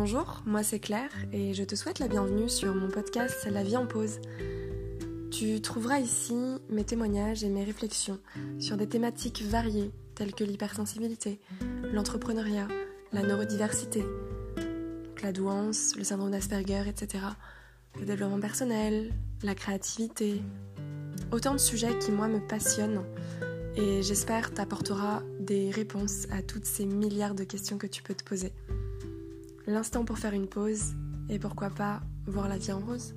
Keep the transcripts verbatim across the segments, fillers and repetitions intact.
Bonjour, moi c'est Claire et je te souhaite la bienvenue sur mon podcast La vie en pause. Tu trouveras ici mes témoignages et mes réflexions sur des thématiques variées telles que l'hypersensibilité, l'entrepreneuriat, la neurodiversité, la douance, le syndrome d'Asperger, et cetera. Le développement personnel, la créativité. Autant de sujets qui moi me passionnent et j'espère t'apportera des réponses à toutes ces milliards de questions que tu peux te poser. L'instant pour faire une pause et pourquoi pas voir la vie en rose.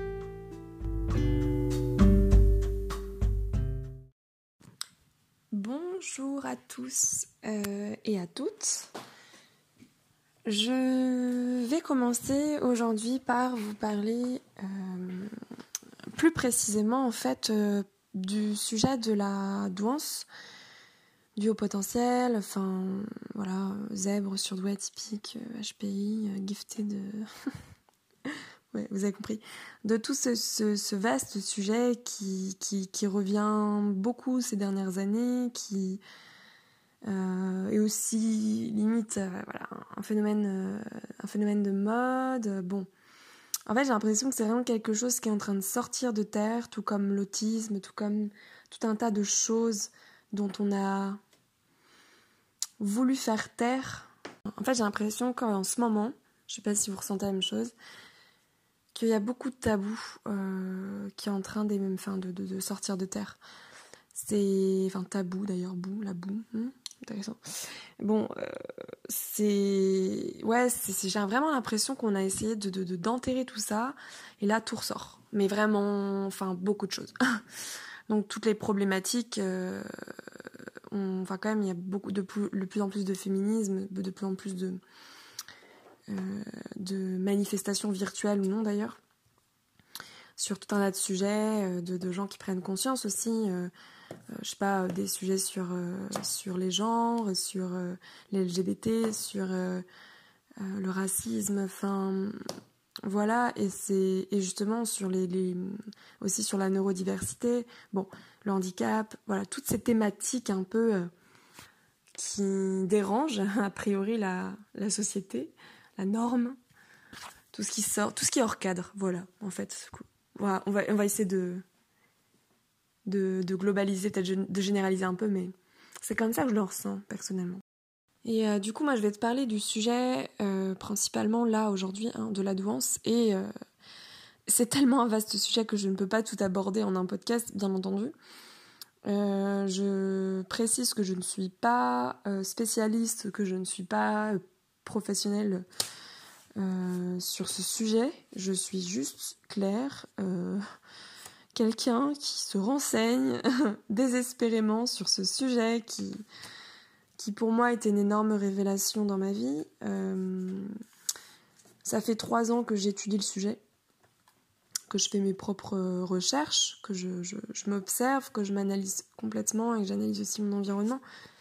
Bonjour à tous euh, et à toutes. Je vais commencer aujourd'hui par vous parler euh, plus précisément en fait euh, du sujet de la douance, du haut potentiel, enfin voilà, zèbre, surdoué, atypique, H P I, euh, gifted, euh... ouais, vous avez compris, de tout ce, ce, ce vaste sujet qui, qui, qui revient beaucoup ces dernières années, qui euh, est aussi limite euh, voilà, un phénomène, euh, un phénomène de mode. Bon, en fait j'ai l'impression que c'est vraiment quelque chose qui est en train de sortir de terre, tout comme l'autisme, tout comme tout un tas de choses dont on a voulu faire taire. En fait, j'ai l'impression qu'en ce moment, je sais pas si vous ressentez la même chose, qu'il y a beaucoup de tabous euh, qui est en train de, enfin, de, de, de sortir de terre. C'est... Enfin, tabou d'ailleurs, boue, la boue, hum, intéressant. Bon, euh, c'est... Ouais, c'est, c'est, j'ai vraiment l'impression qu'on a essayé de, de, de, d'enterrer tout ça, et là, tout ressort. Mais vraiment, enfin, beaucoup de choses. Donc, toutes les problématiques... Euh, On, enfin quand même il y a beaucoup de plus, de plus en plus de féminisme, de plus en plus de, euh, de manifestations virtuelles ou non d'ailleurs, sur tout un tas de sujets, de, de gens qui prennent conscience aussi, euh, euh, je sais pas, des sujets sur, euh, sur les genres, sur euh, les L G B T, sur euh, euh, le racisme, enfin voilà, et c'est et justement sur les, les aussi sur la neurodiversité, bon, le handicap, voilà, toutes ces thématiques un peu euh, qui dérangent a priori la, la société, la norme, tout ce qui sort, tout ce qui est hors cadre, voilà, en fait. Voilà, on va, on va essayer de, de, de globaliser, peut-être de généraliser un peu, mais c'est comme ça que je le ressens, personnellement. Et euh, du coup, moi, je vais te parler du sujet, euh, principalement, là, aujourd'hui, hein, de la douance, et euh, c'est tellement un vaste sujet que je ne peux pas tout aborder en un podcast, bien entendu. Euh, je précise que je ne suis pas euh, spécialiste, que je ne suis pas euh, professionnelle euh, sur ce sujet. Je suis juste Claire, euh, quelqu'un qui se renseigne désespérément sur ce sujet qui, qui pour moi était une énorme révélation dans ma vie. Euh, ça fait trois ans que j'étudie le sujet, que je fais mes propres recherches, que je, je, je m'observe, que je m'analyse complètement et que j'analyse aussi mon environnement.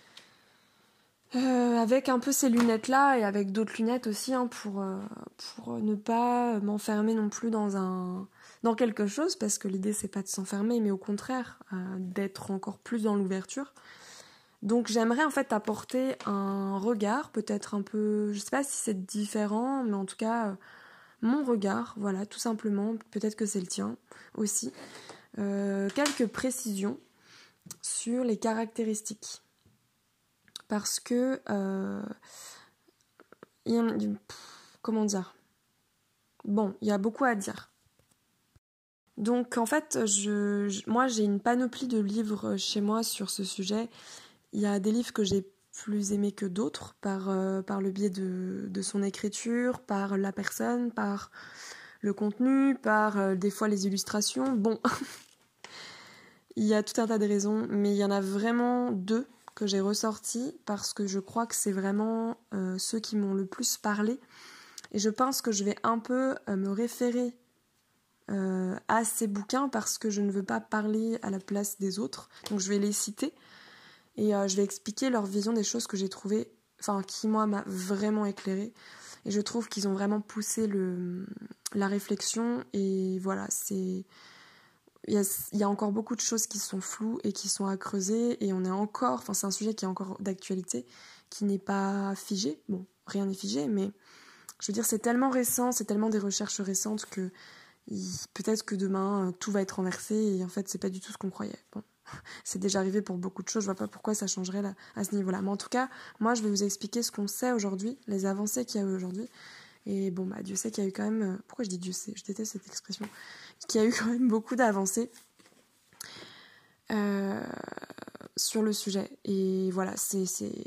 Euh, avec un peu ces lunettes-là et avec d'autres lunettes aussi, hein, pour, euh, pour ne pas m'enfermer non plus dans, un, dans quelque chose, parce que l'idée c'est pas de s'enfermer, mais au contraire, euh, d'être encore plus dans l'ouverture. Donc j'aimerais en fait apporter un regard, peut-être un peu, je sais pas si c'est différent, mais en tout cas... Euh, mon regard, voilà, tout simplement, peut-être que c'est le tien aussi, euh, quelques précisions sur les caractéristiques. Parce que, euh, y a, pff, comment dire, bon, il y a beaucoup à dire. Donc en fait, je, je, moi j'ai une panoplie de livres chez moi sur ce sujet. Il y a des livres que j'ai plus aimés que d'autres, par, euh, par le biais de, de son écriture, par la personne, par... le contenu, par euh, des fois les illustrations. Bon, il y a tout un tas de raisons, mais il y en a vraiment deux que j'ai ressortis parce que je crois que c'est vraiment euh, ceux qui m'ont le plus parlé. Et je pense que je vais un peu euh, me référer euh, à ces bouquins parce que je ne veux pas parler à la place des autres. Donc je vais les citer et euh, je vais expliquer leur vision des choses que j'ai trouvées, enfin qui moi m'a vraiment éclairée. Et je trouve qu'ils ont vraiment poussé le, la réflexion. Et voilà, c'est... Il y, a, il y a encore beaucoup de choses qui sont floues et qui sont à creuser. Et on est encore... Enfin, c'est un sujet qui est encore d'actualité, qui n'est pas figé. Bon, rien n'est figé, mais je veux dire, c'est tellement récent, c'est tellement des recherches récentes que il, peut-être que demain, tout va être renversé et en fait, c'est pas du tout ce qu'on croyait. Bon, c'est déjà arrivé pour beaucoup de choses, je vois pas pourquoi ça changerait là, à ce niveau-là. Mais en tout cas, moi, je vais vous expliquer ce qu'on sait aujourd'hui, les avancées qu'il y a eu aujourd'hui. Et bon, bah, Dieu sait qu'il y a eu quand même... Pourquoi je dis Dieu sait ? Je déteste cette expression. Qu'il y a eu quand même beaucoup d'avancées euh, sur le sujet. Et voilà, c'est... c'est...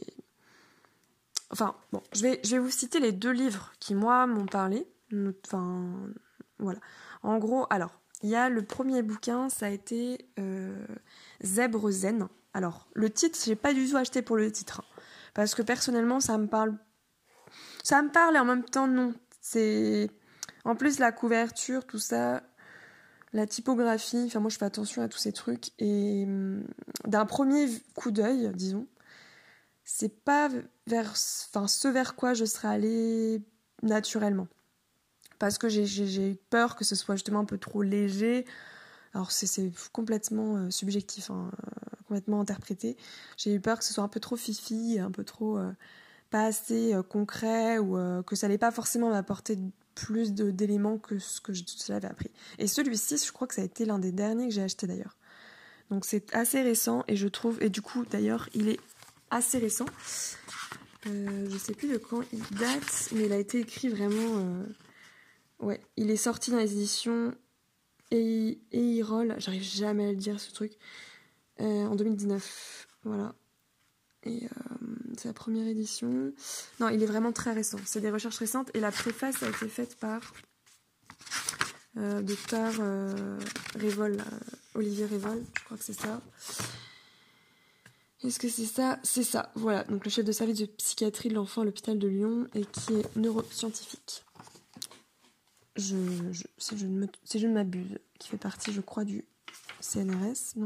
Enfin, bon, je vais, je vais vous citer les deux livres qui, moi, m'ont parlé. Enfin, voilà. En gros, alors, il y a le premier bouquin, ça a été euh, Zèbre Zen. Alors, le titre, j'ai pas du tout acheté pour le titre. Hein, parce que personnellement, ça me parle... Ça me parle et en même temps, non. C'est... En plus, la couverture, tout ça, la typographie, enfin moi je fais attention à tous ces trucs. Et d'un premier coup d'œil, disons, c'est pas vers, enfin, ce vers quoi je serais allée naturellement. Parce que j'ai, j'ai, j'ai eu peur que ce soit justement un peu trop léger. Alors c'est, c'est complètement euh, subjectif, hein, euh, complètement interprété. J'ai eu peur que ce soit un peu trop fifi, un peu trop... Euh, pas assez euh, concret ou euh, que ça n'allait pas forcément m'apporter plus de, d'éléments que ce que je, je l'avais appris. Et celui-ci, je crois que ça a été l'un des derniers que j'ai acheté d'ailleurs. Donc c'est assez récent et je trouve, et du coup d'ailleurs il est assez récent. Euh, je sais plus de quand il date, mais il a été écrit vraiment... Euh... Ouais, il est sorti dans les éditions Eirol, j'arrive jamais à le dire ce truc, euh, en deux mille dix-neuf. Voilà. Et euh, c'est la première édition. Non, il est vraiment très récent. C'est des recherches récentes. Et la préface a été faite par euh, docteur euh, Révol, euh, Olivier Révol. Je crois que c'est ça. Est-ce que c'est ça ? C'est ça. Voilà. Donc le chef de service de psychiatrie de l'enfant à l'hôpital de Lyon et qui est neuroscientifique. Je, je, si, je ne me, si je ne m'abuse. Qui fait partie, je crois, du C N R S, non ?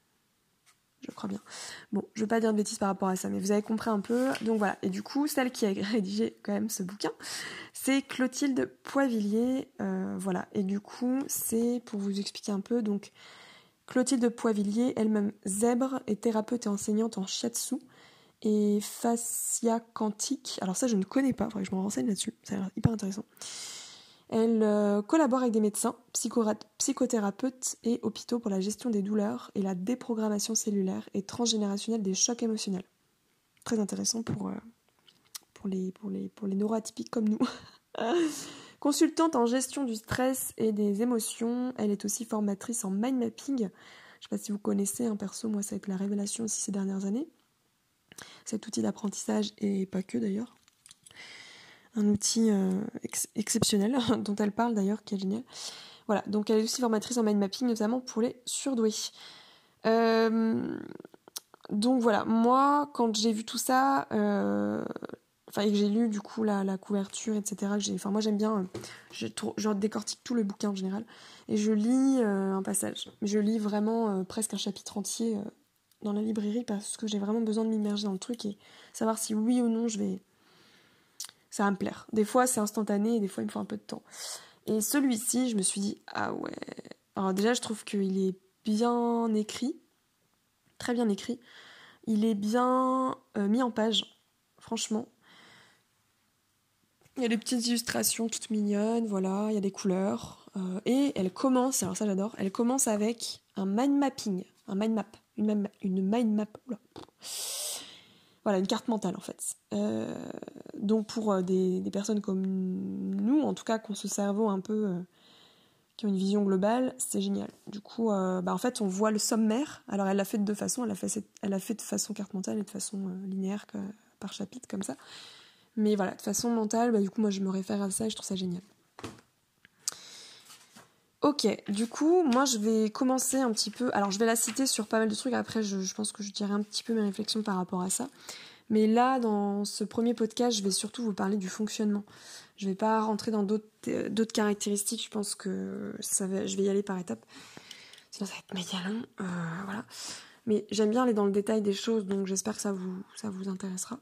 Je crois bien. Bon, je veux pas dire de bêtises par rapport à ça, mais vous avez compris un peu. Donc voilà. Et du coup, celle qui a rédigé quand même ce bouquin, c'est Clotilde Poivillier. Euh, voilà. Et du coup, c'est pour vous expliquer un peu. Donc, Clotilde Poivillier, elle-même zèbre, est thérapeute et enseignante en shiatsu et fascia quantique. Alors ça, je ne connais pas. Il faudrait que je me renseigne là-dessus. Ça a l'air hyper intéressant. Elle euh, collabore avec des médecins, psychothérapeutes et hôpitaux pour la gestion des douleurs et la déprogrammation cellulaire et transgénérationnelle des chocs émotionnels. Très intéressant pour, euh, pour, les, pour, les, pour les neuroatypiques comme nous. Consultante en gestion du stress et des émotions, elle est aussi formatrice en mind mapping. Je ne sais pas si vous connaissez, hein, perso, moi ça a été la révélation aussi ces dernières années. Cet outil d'apprentissage, et pas que d'ailleurs. Un outil euh, ex- exceptionnel, dont elle parle d'ailleurs, qui est génial. Voilà, donc elle est aussi formatrice en mind mapping, notamment pour les surdoués. Euh, donc voilà, moi, quand j'ai vu tout ça, euh, enfin, et que j'ai lu du coup la, la couverture, et cetera, que j'ai, enfin, moi j'aime bien, euh, je, je décortique tout le bouquin en général, et je lis euh, un passage. Je lis vraiment euh, presque un chapitre entier euh, dans la librairie parce que j'ai vraiment besoin de m'immerger dans le truc et savoir si oui ou non je vais... ça va me plaire. Des fois, c'est instantané et des fois, il me faut un peu de temps. Et celui-ci, je me suis dit, ah ouais... Alors déjà, je trouve qu'il est bien écrit, très bien écrit. Il est bien euh, mis en page, franchement. Il y a des petites illustrations toutes mignonnes, voilà, il y a des couleurs. Euh, et elle commence, alors ça j'adore, elle commence avec un mind mapping, un mind map, une, ma- une mind map, oula. Voilà, une carte mentale en fait. Euh, donc pour euh, des, des personnes comme nous, en tout cas, qui ont ce cerveau un peu, euh, qui ont une vision globale, c'est génial. Du coup, euh, bah, en fait, on voit le sommaire. Alors elle l'a fait de deux façons, elle l'a fait, elle l'a fait de façon carte mentale et de façon euh, linéaire, que, par chapitre, comme ça. Mais voilà, de façon mentale, bah, du coup, moi je me réfère à ça et je trouve ça génial. Ok, du coup, moi je vais commencer un petit peu... Alors je vais la citer sur pas mal de trucs, après je, je pense que je dirai un petit peu mes réflexions par rapport à ça. Mais là, dans ce premier podcast, je vais surtout vous parler du fonctionnement. Je ne vais pas rentrer dans d'autres, euh, d'autres caractéristiques, je pense que ça va, je vais y aller par étapes. Sinon ça va être méga long, euh, voilà. Mais j'aime bien aller dans le détail des choses, donc j'espère que ça vous, ça vous intéressera.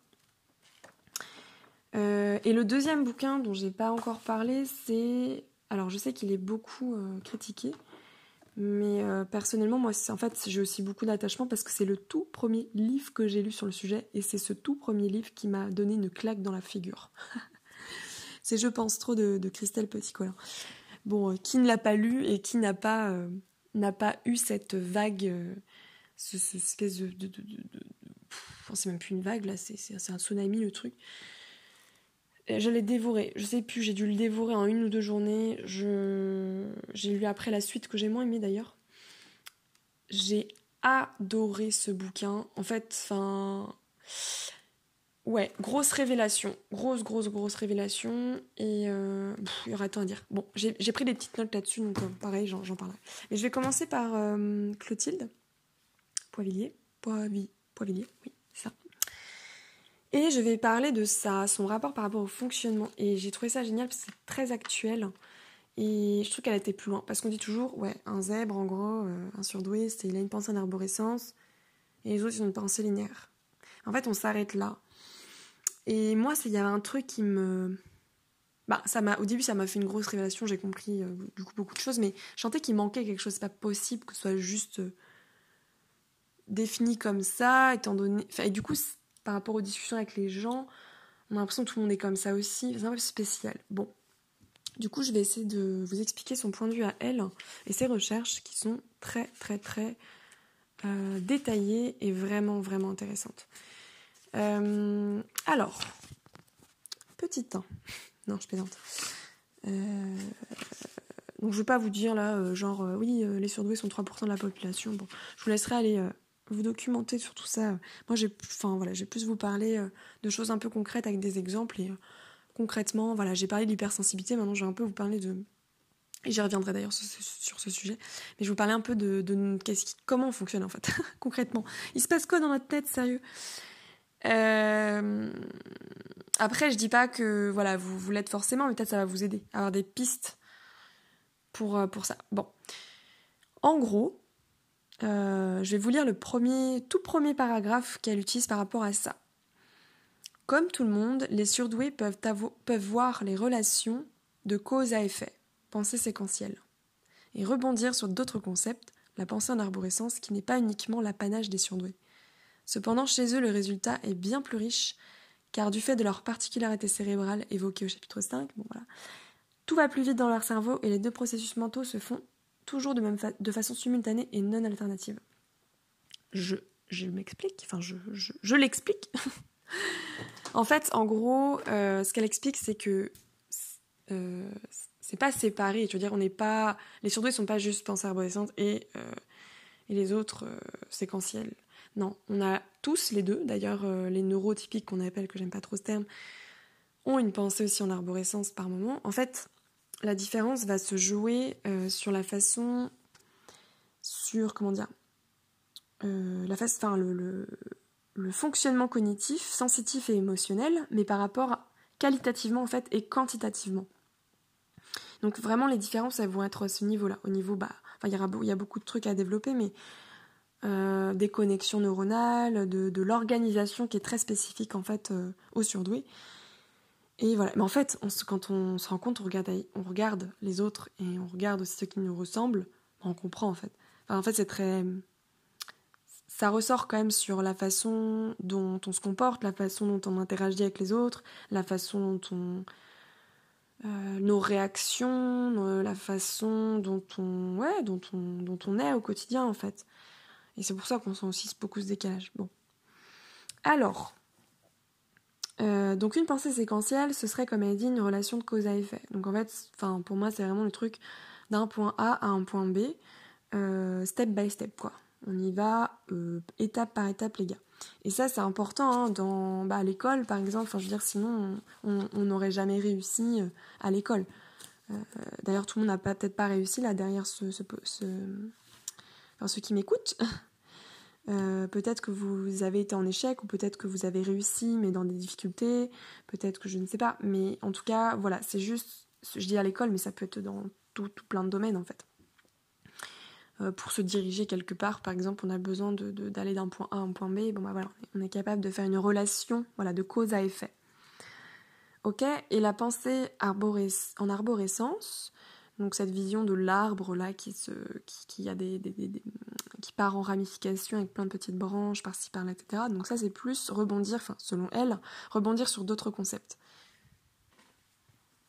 Euh, et le deuxième bouquin dont j'ai pas encore parlé, c'est... Alors je sais qu'il est beaucoup euh, critiqué, mais euh, personnellement, moi, c'est, en fait, j'ai aussi beaucoup d'attachement parce que c'est le tout premier livre que j'ai lu sur le sujet et c'est ce tout premier livre qui m'a donné une claque dans la figure. C'est Je pense trop de, de Christelle Petit-Colin. Bon, euh, qui ne l'a pas lu et qui n'a pas, euh, n'a pas eu cette vague, euh, ce, ce espèce de... de, de, de, de pff, enfin, c'est même plus une vague, là, c'est, c'est, c'est un tsunami, le truc. Et je l'ai dévoré, je sais plus, j'ai dû le dévorer en une ou deux journées. Je... J'ai lu après la suite, que j'ai moins aimé d'ailleurs. J'ai adoré ce bouquin. En fait, enfin... Ouais, grosse révélation. Grosse, grosse, grosse révélation. Et euh... pff, il y aurait tant à dire. Bon, j'ai, j'ai pris des petites notes là-dessus, donc euh, pareil, j'en, j'en parlerai. Mais je vais commencer par euh, Clotilde Poivillier. Poivi... Poivillier, oui, c'est ça. Et je vais parler de ça, son rapport par rapport au fonctionnement. Et j'ai trouvé ça génial parce que c'est très actuel. Et je trouve qu'elle a été plus loin. Parce qu'on dit toujours, ouais, un zèbre, en gros, euh, un surdoué, c'est, il a une pensée en arborescence. Et les autres, ils ont une pensée linéaire. En fait, on s'arrête là. Et moi, il y avait un truc qui me... Bah, ça m'a, au début, ça m'a fait une grosse révélation. J'ai compris, euh, du coup, beaucoup de choses. Mais je sentais qu'il manquait quelque chose. C'est pas possible que ce soit juste euh, défini comme ça, étant donné... Enfin, et du coup, par rapport aux discussions avec les gens, on a l'impression que tout le monde est comme ça aussi. C'est un peu spécial. Bon. Du coup, je vais essayer de vous expliquer son point de vue à elle et ses recherches qui sont très, très, très euh, détaillées et vraiment, vraiment intéressantes. Euh, alors, petit un. Non, je plaisante. Euh, donc, je ne vais pas vous dire là, euh, genre, euh, oui, euh, les surdoués sont trois pour cent de la population. Bon, je vous laisserai aller... Euh, vous documenter sur tout ça. Moi, j'ai, enfin, voilà, j'ai plus vous parler euh, de choses un peu concrètes avec des exemples. Et euh, concrètement, voilà, j'ai parlé de l'hypersensibilité. Maintenant, je vais un peu vous parler de... Et j'y reviendrai d'ailleurs sur ce, sur ce sujet. Mais je vais vous parler un peu de, de qu'est-ce qui, comment on fonctionne, en fait, concrètement. Il se passe quoi dans notre tête, sérieux ? euh... Après, je dis pas que voilà, vous, vous l'êtes forcément, mais peut-être ça va vous aider à avoir des pistes pour, pour ça. Bon. En gros... Euh, je vais vous lire le premier, tout premier paragraphe qu'elle utilise par rapport à ça. Comme tout le monde, les surdoués peuvent, avo- peuvent voir les relations de cause à effet, pensée séquentielle, et rebondir sur d'autres concepts, la pensée en arborescence, qui n'est pas uniquement l'apanage des surdoués. Cependant, chez eux, le résultat est bien plus riche, car du fait de leur particularité cérébrale évoquée au chapitre cinq, bon, voilà, tout va plus vite dans leur cerveau et les deux processus mentaux se font toujours de, même fa- de façon simultanée et non alternative. Je, je m'explique, enfin je, je, je l'explique. En fait, en gros, euh, ce qu'elle explique, c'est que euh, c'est pas séparé. Tu veux dire, on n'est pas, les surdoués sont pas juste pensée arborescente et euh, et les autres euh, séquentiels. Non, on a tous les deux. D'ailleurs, euh, les neurotypiques qu'on appelle, que j'aime pas trop ce terme, ont une pensée aussi en arborescence par moment. En fait, la différence va se jouer euh, sur la façon, sur comment dire, euh, la face, enfin le, le, le fonctionnement cognitif, sensitif et émotionnel, mais par rapport à, qualitativement en fait et quantitativement. Donc vraiment les différences elles vont être à ce niveau-là, au niveau bah, enfin il y aura il y a beaucoup de trucs à développer, mais euh, des connexions neuronales, de, de l'organisation qui est très spécifique en fait euh, aux surdoués. Et voilà, mais en fait, on se, quand on se rend compte, on regarde, on regarde les autres et on regarde aussi ceux qui nous ressemblent, on comprend en fait. Enfin, en fait, c'est très... Ça ressort quand même sur la façon dont on se comporte, la façon dont on interagit avec les autres, la façon dont on... Euh, nos réactions, nos, la façon dont on, ouais, dont on, dont on est au quotidien en fait. Et c'est pour ça qu'on sent aussi beaucoup ce décalage. Bon. Alors... Euh, donc une pensée séquentielle, ce serait comme elle dit une relation de cause à effet. Donc en fait, enfin pour moi c'est vraiment le truc d'un point A à un point B, euh, step by step quoi. On y va euh, étape par étape les gars. Et ça c'est important hein, dans bah, à l'école par exemple. Enfin je veux dire sinon on n'aurait jamais réussi euh, à l'école. Euh, d'ailleurs tout le monde n'a pas peut-être pas réussi là derrière ce, ce, ce... Enfin, ceux qui m'écoutent. Euh, peut-être que vous avez été en échec ou peut-être que vous avez réussi mais dans des difficultés, peut-être que je ne sais pas, mais en tout cas voilà, c'est juste, je dis à l'école mais ça peut être dans tout, tout plein de domaines en fait. Euh, pour se diriger quelque part par exemple on a besoin de, de, d'aller d'un point A à un point B, bon bah voilà, on est capable de faire une relation voilà, de cause à effet. Ok, et la pensée arbores- en arborescence, donc cette vision de l'arbre là qui, se, qui, qui, a des, des, des, des, qui part en ramification avec plein de petites branches par-ci par-là, et cetera. Donc ça c'est plus rebondir, enfin selon elle, rebondir sur d'autres concepts.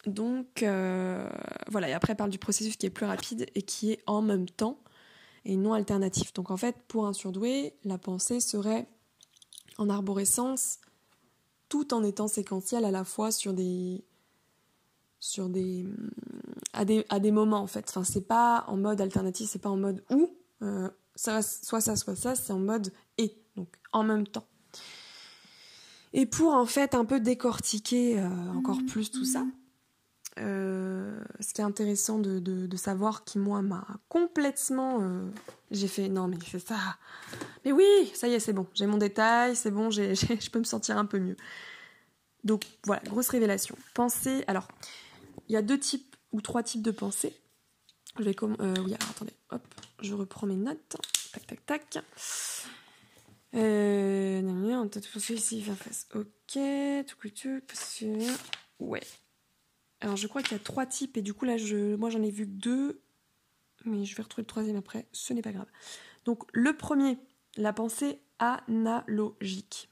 Donc, euh, voilà. Et après, elle parle du processus qui est plus rapide et qui est en même temps et non alternatif. Donc, en fait, pour un surdoué, la pensée serait en arborescence tout en étant séquentielle à la fois sur des... sur des... à des, à des moments, en fait. Enfin, c'est pas en mode alternatif, c'est pas en mode ou, euh, ça, soit ça, soit ça, c'est en mode et, donc en même temps. Et pour en fait un peu décortiquer euh, encore plus tout ça, euh, ce qui est intéressant de, de, de savoir qui moi m'a complètement... Euh, j'ai fait non mais c'est ça, mais oui, ça y est, c'est bon, j'ai mon détail, c'est bon, j'ai, j'ai, je peux me sentir un peu mieux. Donc voilà, grosse révélation. Pensée, alors, il y a deux types ou trois types de pensées. Je vais comme... Euh, oui, alors attendez, hop, je reprends mes notes. Tac, tac, tac. Euh... On t'a tout fait ici, faire face. Ok, tout couture, ouais. Alors je crois qu'il y a trois types et du coup là, je... moi j'en ai vu deux, mais je vais retrouver le troisième après, ce n'est pas grave. Donc le premier, la pensée analogique.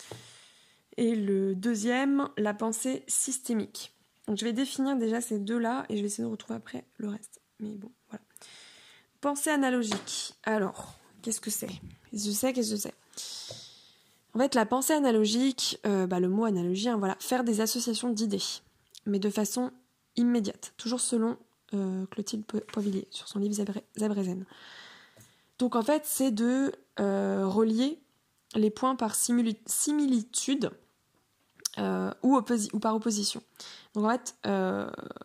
Et le deuxième, la pensée systémique. Donc je vais définir déjà ces deux-là et je vais essayer de retrouver après le reste. Mais bon, voilà. Pensée analogique. Alors, qu'est-ce que c'est ? Qu'est-ce que c'est ? Qu'est-ce que c'est ? En fait, la pensée analogique, euh, bah, le mot analogie, hein, voilà, faire des associations d'idées, mais de façon immédiate, toujours selon euh, Clotilde Poivilier, sur son livre Zèbre et Zen. Donc en fait, c'est de euh, relier les points par simili- similitude euh, ou, opposi- ou par opposition. Donc en fait, euh,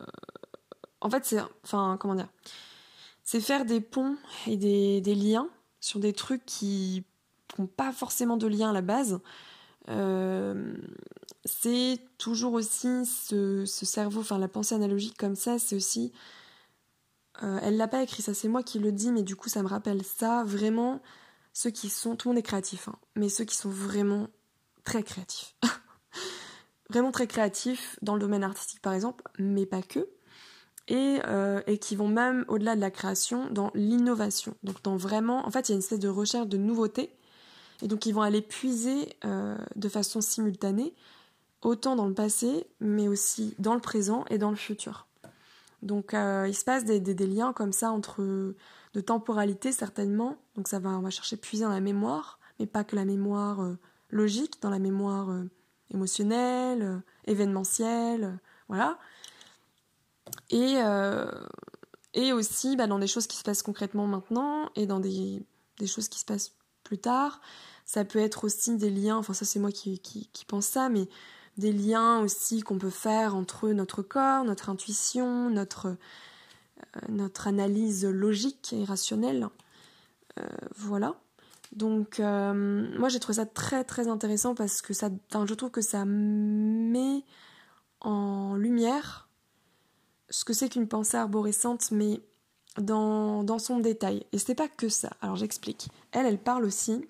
en fait c'est, enfin, comment dire, c'est faire des ponts et des, des liens sur des trucs qui n'ont pas forcément de lien à la base. Euh, c'est toujours aussi ce, ce cerveau, enfin la pensée analogique comme ça, c'est aussi... Euh, elle l'a pas écrit, ça c'est moi qui le dis, mais du coup ça me rappelle ça, vraiment, ceux qui sont... Tout le monde est créatif, hein, mais ceux qui sont vraiment très créatifs. Vraiment très créatifs dans le domaine artistique par exemple, mais pas que. Et, euh, et qui vont même au-delà de la création dans l'innovation. Donc dans vraiment... En fait, il y a une espèce de recherche de nouveautés. Et donc ils vont aller puiser euh, de façon simultanée, autant dans le passé, mais aussi dans le présent et dans le futur. Donc euh, il se passe des, des, des liens comme ça entre de temporalité certainement. Donc ça va, on va chercher puiser dans la mémoire, mais pas que la mémoire euh, logique, dans la mémoire euh, émotionnelle, euh, événementielle, euh, voilà. Et, euh, et aussi bah, dans des choses qui se passent concrètement maintenant et dans des, des choses qui se passent plus tard. Ça peut être aussi des liens, enfin ça c'est moi qui, qui, qui pense ça, mais des liens aussi qu'on peut faire entre notre corps, notre intuition, notre, euh, notre analyse logique et rationnelle. Euh, voilà. Donc euh, moi j'ai trouvé ça très très intéressant parce que ça, enfin, je trouve que ça met en lumière ce que c'est qu'une pensée arborescente, mais dans, dans son détail. Et c'est pas que ça. Alors j'explique. Elle, elle parle aussi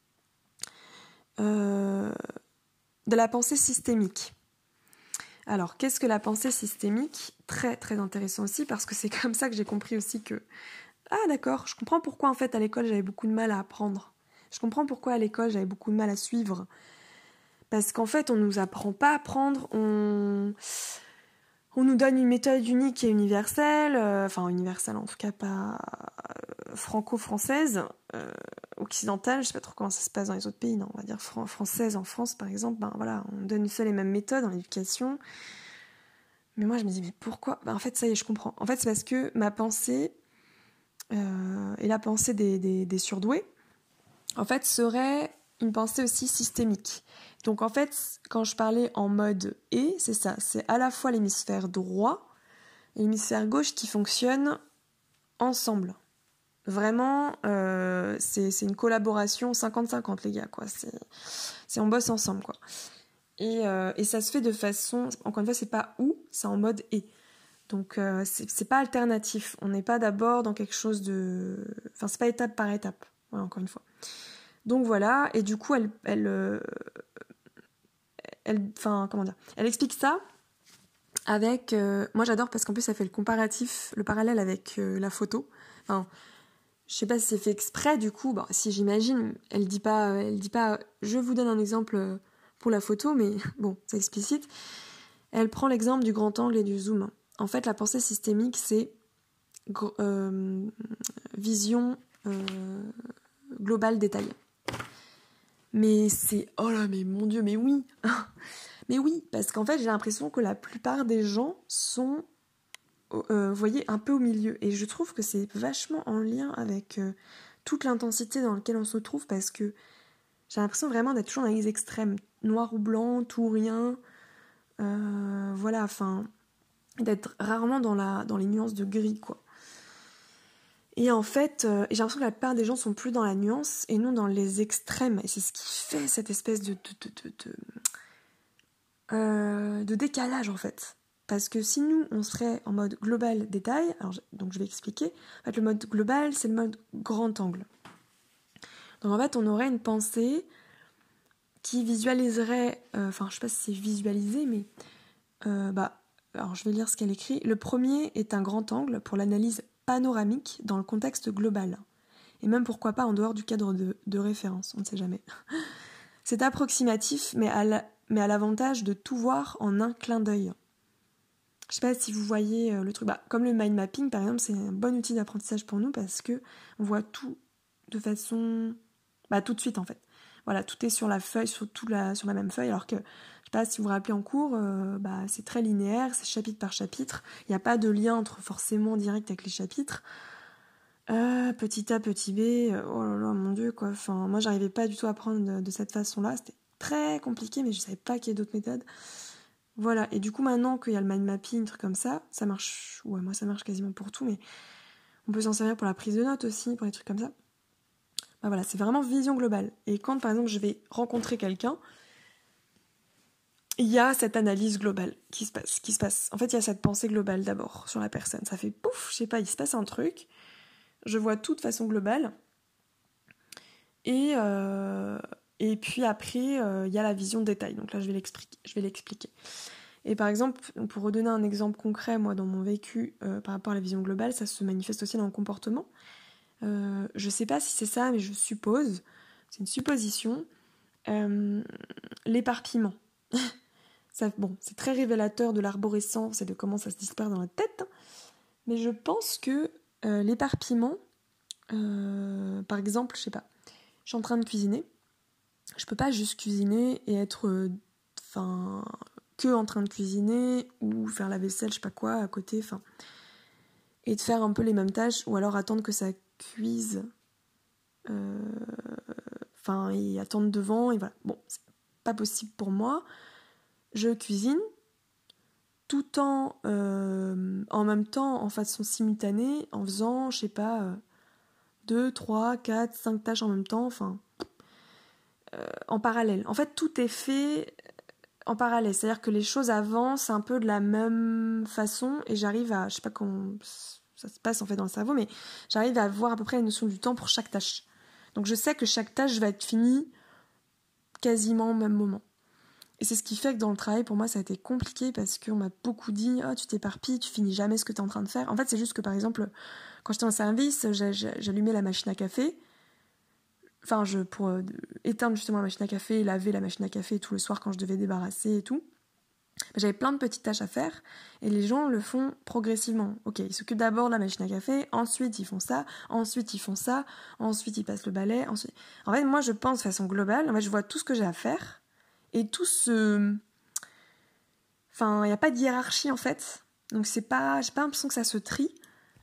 euh, de la pensée systémique. Alors, qu'est-ce que la pensée systémique ? Très très intéressant aussi, parce que c'est comme ça que j'ai compris aussi que... Ah d'accord, je comprends pourquoi en fait à l'école j'avais beaucoup de mal à apprendre. Je comprends pourquoi à l'école j'avais beaucoup de mal à suivre. Parce qu'en fait on nous apprend pas à apprendre, on... On nous donne une méthode unique et universelle, euh, enfin universelle en tout cas pas euh, franco-française, euh, occidentale, je sais pas trop comment ça se passe dans les autres pays, non, on va dire fran- française en France par exemple, ben voilà, on donne une seule et même méthode dans l'éducation. Mais moi je me dis mais pourquoi ? Ben, en fait ça y est, je comprends. En fait c'est parce que ma pensée euh, et la pensée des, des, des surdoués, en fait serait une pensée aussi systémique. Donc en fait, quand je parlais en mode « et », c'est ça, c'est à la fois l'hémisphère droit et l'hémisphère gauche qui fonctionnent ensemble. Vraiment, euh, c'est, c'est une collaboration cinquante cinquante, les gars, quoi. C'est, c'est on bosse ensemble, quoi. Et, euh, et ça se fait de façon... Encore une fois, c'est pas « ou », c'est en mode « et ». Donc euh, c'est, c'est pas alternatif. On n'est pas d'abord dans quelque chose de... Enfin, c'est pas étape par étape, voilà, encore une fois. Donc voilà, et du coup, elle... elle euh, Elle, enfin, comment dire, elle explique ça avec... Euh, moi, j'adore parce qu'en plus, ça fait le comparatif, le parallèle avec euh, la photo. Enfin, je sais pas si c'est fait exprès, du coup. Bon, si j'imagine, elle dit pas... Elle dit pas... Je vous donne un exemple pour la photo, mais bon, c'est explicite. Elle prend l'exemple du grand angle et du zoom. En fait, la pensée systémique, c'est euh, vision euh, globale détaillée. Mais c'est... Oh là, mais mon Dieu, mais oui. Mais oui, parce qu'en fait, j'ai l'impression que la plupart des gens sont, euh, vous voyez, un peu au milieu. Et je trouve que c'est vachement en lien avec euh, toute l'intensité dans laquelle on se trouve, parce que j'ai l'impression vraiment d'être toujours dans les extrêmes. Noir ou blanc, tout ou rien. Euh, voilà, enfin... d'être rarement dans, la, dans les nuances de gris, quoi. Et en fait, euh, j'ai l'impression que la plupart des gens sont plus dans la nuance et non dans les extrêmes. Et c'est ce qui fait cette espèce de, de, de, de, de, euh, de décalage, en fait. Parce que si nous, on serait en mode global détail, alors donc je vais expliquer, en fait, le mode global, c'est le mode grand angle. Donc en fait, on aurait une pensée qui visualiserait, euh, enfin, je sais pas si c'est visualisé, mais euh, bah, alors je vais lire ce qu'elle écrit. Le premier est un grand angle pour l'analyse panoramique dans le contexte global. Et même pourquoi pas en dehors du cadre de, de référence, on ne sait jamais. C'est approximatif, mais à, la, mais à l'avantage de tout voir en un clin d'œil. Je sais pas si vous voyez le truc. Bah, comme le mind mapping, par exemple, c'est un bon outil d'apprentissage pour nous parce que on voit tout de façon... Bah, tout de suite, en fait. Voilà, tout est sur la feuille, sur, tout la, sur la même feuille, alors que, je sais pas si vous vous rappelez en cours, euh, bah, c'est très linéaire, c'est chapitre par chapitre. Il n'y a pas de lien entre forcément direct avec les chapitres. Euh, petit A, petit B, euh, oh là là, mon Dieu, quoi. Enfin, moi, j'arrivais pas du tout à apprendre de, de cette façon-là. C'était très compliqué, mais je savais pas qu'il y ait d'autres méthodes. Voilà, et du coup, maintenant qu'il y a le mind mapping, un truc comme ça, ça marche... Ouais, moi, ça marche quasiment pour tout, mais on peut s'en servir pour la prise de notes aussi, pour des trucs comme ça. Bah voilà, c'est vraiment vision globale. Et quand, par exemple, je vais rencontrer quelqu'un, il y a cette analyse globale qui se passe. Qui se passe. En fait, il y a cette pensée globale d'abord sur la personne. Ça fait pouf, je sais pas, il se passe un truc... Je vois tout de façon globale. Et, euh, et puis après, il euh, y a la vision détail. Donc là, je vais l'expliquer. Je vais l'expliquer. Et par exemple, pour redonner un exemple concret, moi, dans mon vécu, euh, par rapport à la vision globale, ça se manifeste aussi dans le comportement. Euh, je sais pas si c'est ça, mais je suppose, c'est une supposition, euh, l'éparpillement. ça, bon, c'est très révélateur de l'arborescence et de comment ça se disperse dans la tête. Mais je pense que Euh, l'éparpillement, euh, par exemple, je sais pas, je suis en train de cuisiner, je peux pas juste cuisiner et être enfin euh, que en train de cuisiner ou faire la vaisselle, je sais pas quoi, à côté, enfin, et de faire un peu les mêmes tâches ou alors attendre que ça cuise, enfin, euh, et attendre devant, et voilà. Bon, c'est pas possible pour moi. Je cuisine tout en, euh, en même temps, en façon simultanée, en faisant, je sais pas, euh, deux, trois, quatre, cinq tâches en même temps, enfin, euh, en parallèle. En fait, tout est fait en parallèle, c'est-à-dire que les choses avancent un peu de la même façon et j'arrive à, je sais pas comment ça se passe en fait dans le cerveau, mais j'arrive à avoir à peu près la notion du temps pour chaque tâche. Donc je sais que chaque tâche va être finie quasiment au même moment. Et c'est ce qui fait que dans le travail, pour moi, ça a été compliqué parce qu'on m'a beaucoup dit « Oh, tu t'éparpilles, tu finis jamais ce que tu es en train de faire. » En fait, c'est juste que, par exemple, quand j'étais en service, j'allumais la machine à café. Enfin, je, pour euh, éteindre justement la machine à café, laver la machine à café tout le soir quand je devais débarrasser et tout. J'avais plein de petites tâches à faire et les gens le font progressivement. Ok, ils s'occupent d'abord de la machine à café, ensuite ils font ça, ensuite ils font ça, ensuite ils passent le balai. Ensuite... En fait, moi, je pense de façon globale. En fait, je vois tout ce que j'ai à faire. Et tout ce... Enfin, il n'y a pas de hiérarchie, en fait. Donc, c'est pas... J'ai pas l'impression que ça se trie.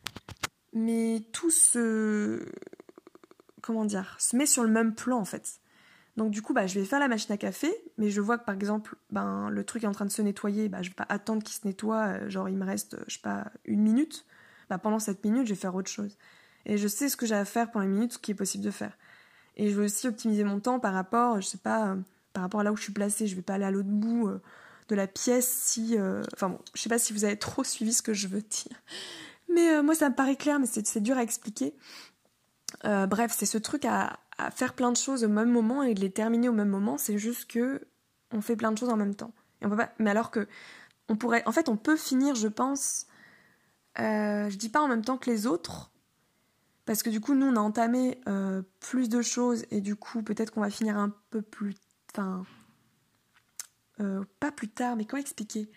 Mais tout se... Comment dire, se met sur le même plan, en fait. Donc, du coup, bah, je vais faire la machine à café. Mais je vois que, par exemple, ben, le truc est en train de se nettoyer. Bah, je vais pas attendre qu'il se nettoie. Genre, il me reste, je sais pas, une minute. Bah, pendant cette minute, je vais faire autre chose. Et je sais ce que j'ai à faire pendant les minutes, ce qui est possible de faire. Et je veux aussi optimiser mon temps par rapport, je sais pas... par rapport à là où je suis placée, je vais pas aller à l'autre bout euh, de la pièce si... Euh... Enfin bon, je sais pas si vous avez trop suivi ce que je veux dire. Mais euh, moi, ça me paraît clair, mais c'est, c'est dur à expliquer. Euh, bref, c'est ce truc à, à faire plein de choses au même moment et de les terminer au même moment. C'est juste que on fait plein de choses en même temps. Et on peut pas... Mais alors que on pourrait... En fait, on peut finir, je pense... Euh, je dis pas en même temps que les autres... Parce que du coup, nous, on a entamé euh, plus de choses et du coup, peut-être qu'on va finir un peu plus... Enfin... Euh, pas plus tard, mais comment expliquer ?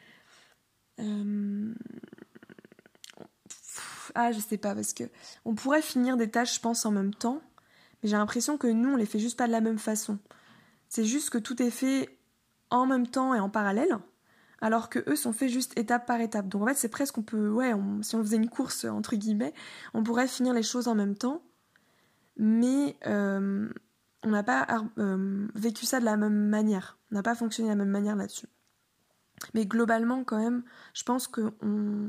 Euh... Ah, je sais pas, parce que on pourrait finir des tâches, je pense, en même temps, mais j'ai l'impression que nous, on les fait juste pas de la même façon. C'est juste que tout est fait en même temps et en parallèle, alors que eux sont faits juste étape par étape. Donc en fait, c'est presque, on peut, ouais, on, si on faisait une course, entre guillemets, on pourrait finir les choses en même temps, mais euh, on n'a pas euh, vécu ça de la même manière. On n'a pas fonctionné de la même manière là-dessus. Mais globalement, quand même, je pense qu'on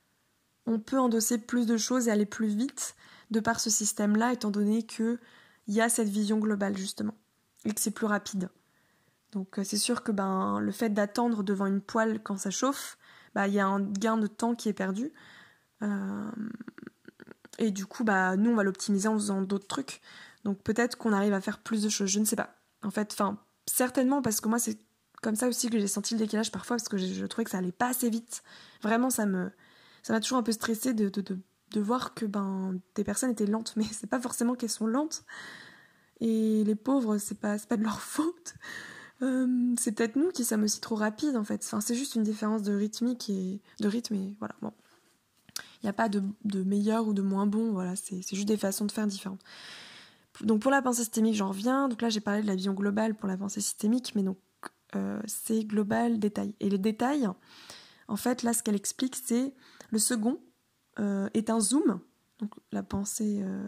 on peut endosser plus de choses et aller plus vite de par ce système-là, étant donné qu'il y a cette vision globale, justement, et que c'est plus rapide. Donc c'est sûr que ben, le fait d'attendre devant une poêle quand ça chauffe, bah, y a un gain de temps qui est perdu. Euh, et du coup, bah, nous, on va l'optimiser en faisant d'autres trucs. Donc peut-être qu'on arrive à faire plus de choses, je ne sais pas. En fait, enfin, certainement, parce que moi, c'est comme ça aussi que j'ai senti le décalage parfois, parce que je, je trouvais que ça allait pas assez vite. Vraiment, ça me, ça m'a toujours un peu stressée de, de, de, de voir que ben, des personnes étaient lentes. Mais c'est pas forcément qu'elles sont lentes. Et les pauvres, c'est pas, c'est pas de leur faute. Euh, c'est peut-être nous qui sommes aussi trop rapides en fait. Enfin, c'est juste une différence de rythmique et de rythme et voilà. Bon, il n'y a pas de, de meilleur ou de moins bon. Voilà, c'est, c'est juste des façons de faire différentes. Donc pour la pensée systémique, j'en reviens. Donc là, j'ai parlé de la vision globale pour la pensée systémique, mais donc euh, c'est global, détail. Et les détails, en fait, là, ce qu'elle explique, c'est le second euh, est un zoom. Donc la pensée. Euh,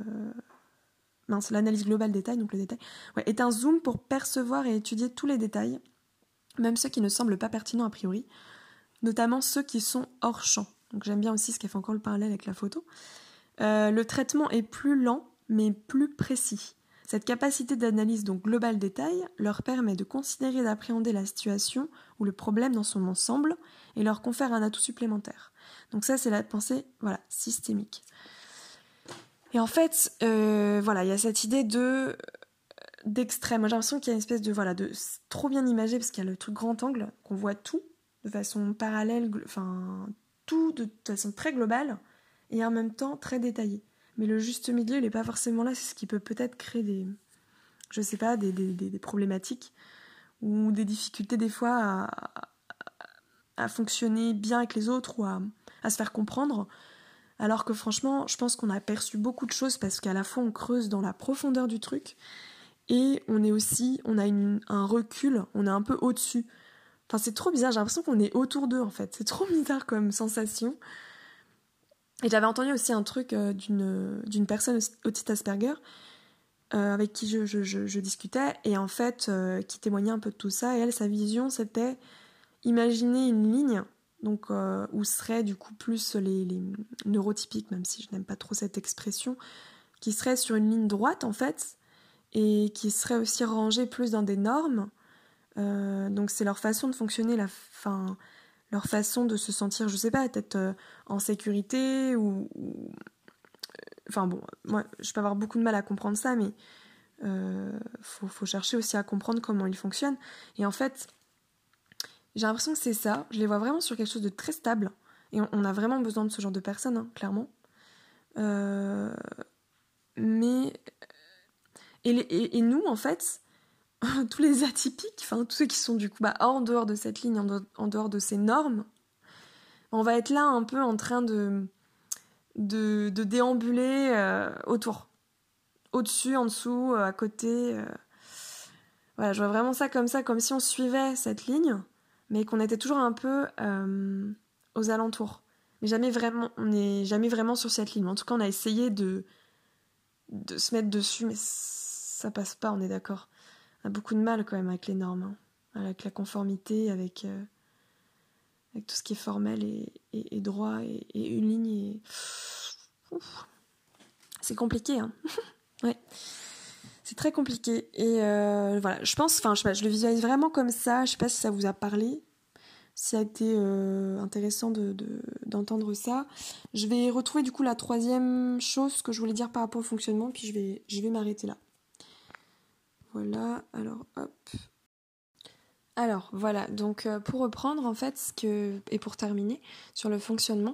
Mince, l'analyse globale détail, donc le détail, ouais, est un zoom pour percevoir et étudier tous les détails, même ceux qui ne semblent pas pertinents a priori, notamment ceux qui sont hors champ. Donc j'aime bien aussi ce qu'elle fait encore le parallèle avec la photo. Euh, le traitement est plus lent, mais plus précis. Cette capacité d'analyse donc globale détail leur permet de considérer et d'appréhender la situation ou le problème dans son ensemble et leur confère un atout supplémentaire. Donc ça, c'est la pensée, voilà, systémique. Et en fait, euh, voilà, il y a cette idée de d'extrême. Moi, j'ai l'impression qu'il y a une espèce de voilà, de trop bien imagé parce qu'il y a le truc grand angle, qu'on voit tout de façon parallèle, enfin tout de, de façon très globale et en même temps très détaillé. Mais le juste milieu, il n'est pas forcément là. C'est ce qui peut peut-être créer des, je sais pas, des, des, des, des problématiques ou des difficultés des fois à, à, à fonctionner bien avec les autres ou à, à se faire comprendre. Alors que franchement, je pense qu'on a perçu beaucoup de choses parce qu'à la fois on creuse dans la profondeur du truc et on est aussi, on a une, un recul, on est un peu au-dessus. Enfin, c'est trop bizarre, j'ai l'impression qu'on est autour d'eux en fait. C'est trop bizarre comme sensation. Et j'avais entendu aussi un truc euh, d'une, d'une personne autiste Asperger euh, avec qui je, je, je, je discutais et en fait euh, qui témoignait un peu de tout ça. Et elle, sa vision, c'était imaginer une ligne. Donc, euh, où seraient du coup plus les, les neurotypiques, même si je n'aime pas trop cette expression, qui seraient sur une ligne droite en fait, et qui seraient aussi rangés plus dans des normes. Euh, donc c'est leur façon de fonctionner, la fin, leur façon de se sentir, je sais pas, peut-être euh, en sécurité ou, ou... Enfin bon, moi je peux avoir beaucoup de mal à comprendre ça, mais euh, faut, faut chercher aussi à comprendre comment ils fonctionnent. Et en fait, j'ai l'impression que c'est ça. Je les vois vraiment sur quelque chose de très stable. Et on, on a vraiment besoin de ce genre de personnes, hein, clairement. Euh, mais... Et, les, et, et nous, en fait, tous les atypiques, enfin tous ceux qui sont du coup bah, en dehors de cette ligne, en dehors, en dehors de ces normes, on va être là un peu en train de, de, de déambuler euh, autour. Au-dessus, en dessous, euh, à côté. Euh... Voilà, je vois vraiment ça comme ça, comme si on suivait cette ligne, mais qu'on était toujours un peu euh, aux alentours. Mais jamais vraiment, on n'est jamais vraiment sur cette ligne. En tout cas, on a essayé de, de se mettre dessus, mais ça passe pas, on est d'accord. On a beaucoup de mal quand même avec les normes, hein. Avec la conformité, avec, euh, avec tout ce qui est formel et, et, et droit, et, et une ligne. Et... Ouf. C'est compliqué, hein. Ouais. C'est très compliqué. Et euh, voilà, je pense, enfin, je sais pas, je le visualise vraiment comme ça. Je sais pas si ça vous a parlé, si ça a été euh, intéressant de, de, d'entendre ça. Je vais retrouver du coup la troisième chose que je voulais dire par rapport au fonctionnement, puis je vais, je vais m'arrêter là. Voilà, alors hop. Alors voilà, donc euh, pour reprendre en fait, ce que, et pour terminer sur le fonctionnement,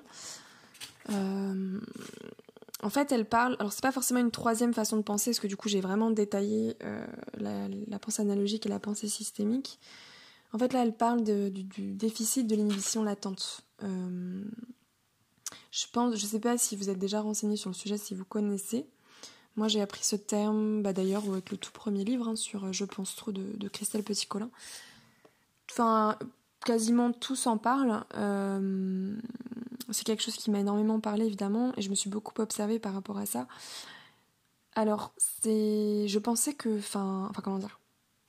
euh, en fait elle parle, alors c'est pas forcément une troisième façon de penser, parce que du coup j'ai vraiment détaillé euh, la, la pensée analogique et la pensée systémique. En fait, là, elle parle de, du, du déficit de l'inhibition latente. Euh, je pense, je sais pas si vous êtes déjà renseigné sur le sujet, si vous connaissez. Moi, j'ai appris ce terme, bah, d'ailleurs, avec le tout premier livre, hein, sur Je pense trop de, de Christelle Petit-Colin. Enfin, quasiment tous en parlent. Euh, c'est quelque chose qui m'a énormément parlé, évidemment, et je me suis beaucoup observée par rapport à ça. Alors, c'est... Je pensais que... Enfin, enfin comment dire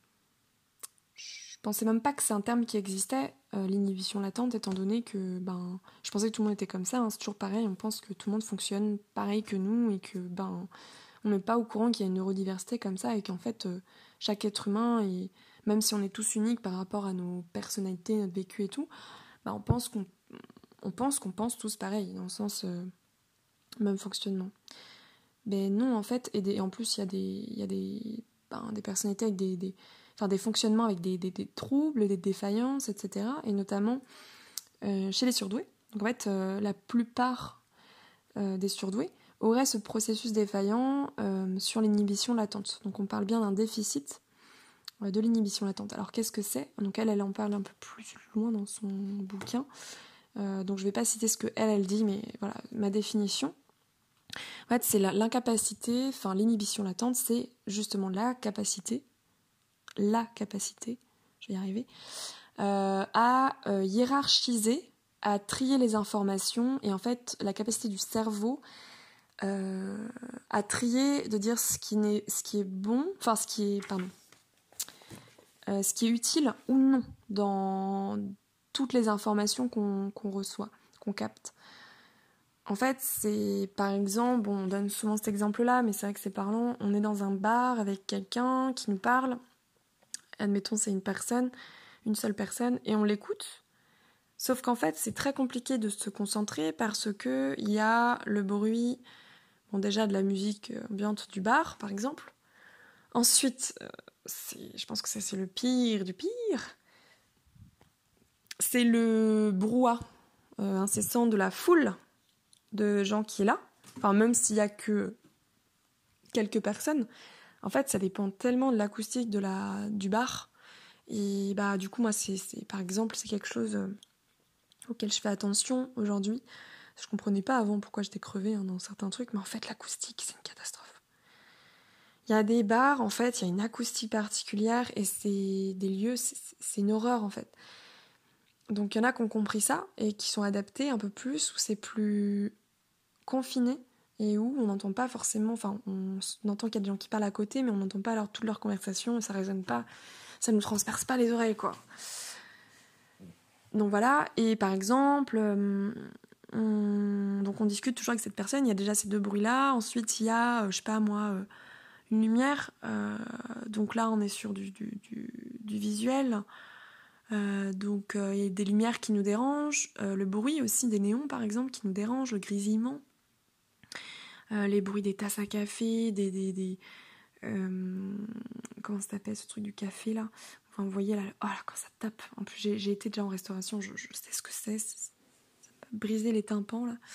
Je pensais même pas que c'est un terme qui existait, euh, l'inhibition latente, étant donné que... ben, je pensais que tout le monde était comme ça, hein, c'est toujours pareil, on pense que tout le monde fonctionne pareil que nous, et que, ben... on n'est pas au courant qu'il y a une neurodiversité comme ça, et qu'en fait, euh, chaque être humain, et même si on est tous uniques par rapport à nos personnalités, notre vécu et tout, ben, on pense qu'on on pense qu'on pense tous pareil, dans le sens... Euh, même fonctionnement. Ben non, en fait, et, des, et en plus, il y a des, il y a des, ben, des personnalités avec des, des, enfin, des fonctionnements avec des, des, des troubles, des défaillances, et cetera. Et notamment euh, chez les surdoués. Donc en fait, euh, la plupart euh, des surdoués auraient ce processus défaillant euh, sur l'inhibition latente. Donc on parle bien d'un déficit euh, de l'inhibition latente. Alors qu'est-ce que c'est ? Donc elle, elle en parle un peu plus loin dans son bouquin. Euh, donc je ne vais pas citer ce que elle, elle dit, mais voilà, ma définition. En fait, c'est la, l'incapacité, enfin l'inhibition latente, c'est justement la capacité, la capacité, je vais y arriver, euh, à euh, hiérarchiser, à trier les informations, et en fait, la capacité du cerveau euh, à trier, de dire ce qui, n'est, ce qui est bon, enfin ce qui est, pardon, euh, ce qui est utile ou non dans toutes les informations qu'on, qu'on reçoit, qu'on capte. En fait, c'est, par exemple, on donne souvent cet exemple-là, mais c'est vrai que c'est parlant, on est dans un bar avec quelqu'un qui nous parle, admettons c'est une personne, une seule personne, et on l'écoute, sauf qu'en fait, c'est très compliqué de se concentrer parce que il y a le bruit, bon déjà de la musique ambiante du bar, par exemple. Ensuite, c'est, je pense que ça c'est le pire du pire, c'est le brouhaha euh, incessant de la foule de gens qui est là, enfin même s'il y a que quelques personnes, en fait ça dépend tellement de l'acoustique de la, du bar, et bah du coup moi c'est, c'est par exemple c'est quelque chose euh, auquel je fais attention aujourd'hui. Je comprenais pas avant pourquoi j'étais crevée hein, dans certains trucs, mais en fait l'acoustique c'est une catastrophe. Il y a des bars, en fait, il y a une acoustique particulière, et c'est des lieux, c'est, c'est une horreur en fait. Donc il y en a qui ont compris ça et qui sont adaptés un peu plus, où c'est plus confiné et où on n'entend pas forcément, enfin on, on entend qu'il y a des gens qui parlent à côté, mais on n'entend pas alors toute leur conversation, et ça résonne pas, ça nous transperce pas les oreilles quoi. Donc voilà, et par exemple, euh, on, donc on discute toujours avec cette personne, il y a déjà ces deux bruits là, ensuite il y a, euh, je sais pas moi, euh, une lumière, euh, donc là on est sur du, du, du, du visuel. Euh, donc euh, il y a des lumières qui nous dérangent, euh, le bruit aussi des néons par exemple qui nous dérange, le grésillement, euh, les bruits des tasses à café, des... des, des euh, comment ça s'appelle ce truc du café là, enfin vous voyez là, oh là quand ça tape, en plus j'ai, j'ai été déjà en restauration, je, je sais ce que c'est, c'est ça peut briser les tympans là.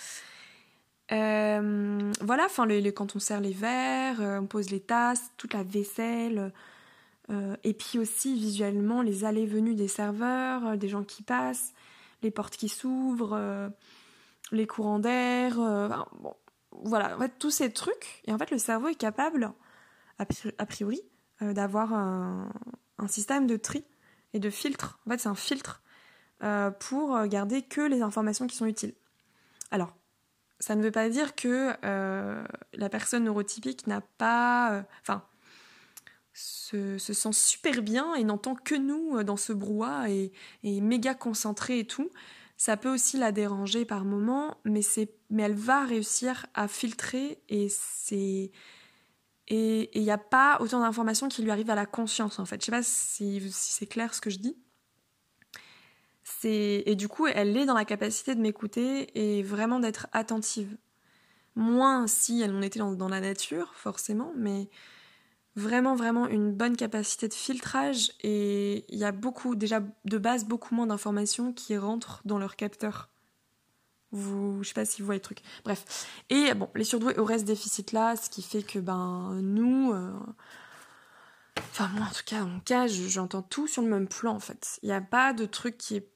Euh, voilà, enfin les, les, quand on sert les verres, euh, on pose les tasses, toute la vaisselle, euh, et puis aussi visuellement les allées et venues des serveurs, euh, des gens qui passent, les portes qui s'ouvrent, euh, les courants d'air, euh, enfin, bon, voilà, en fait tous ces trucs, et en fait le cerveau est capable, a priori, euh, d'avoir un, un système de tri et de filtre, en fait c'est un filtre euh, pour garder que les informations qui sont utiles. Alors, ça ne veut pas dire que euh, la personne neurotypique n'a pas... Enfin, euh, se, se sent super bien et n'entend que nous dans ce brouhaha et est méga concentrée et tout. Ça peut aussi la déranger par moments, mais, c'est, mais elle va réussir à filtrer et c'est... Et il n'y a pas autant d'informations qui lui arrivent à la conscience, en fait. Je sais pas si, si c'est clair ce que je dis. C'est... Et du coup, elle est dans la capacité de m'écouter et vraiment d'être attentive. Moins si elle en était dans, dans la nature, forcément, mais vraiment, vraiment une bonne capacité de filtrage, et il y a beaucoup, déjà de base, beaucoup moins d'informations qui rentrent dans leur capteur. Vous, je sais pas si vous voyez le truc. Bref. Et bon, les surdoués auraient ce déficit-là, ce qui fait que, ben, nous... Euh... Enfin, moi, en tout cas, dans mon cas, je- j'entends tout sur le même plan, en fait. Il n'y a pas de truc qui est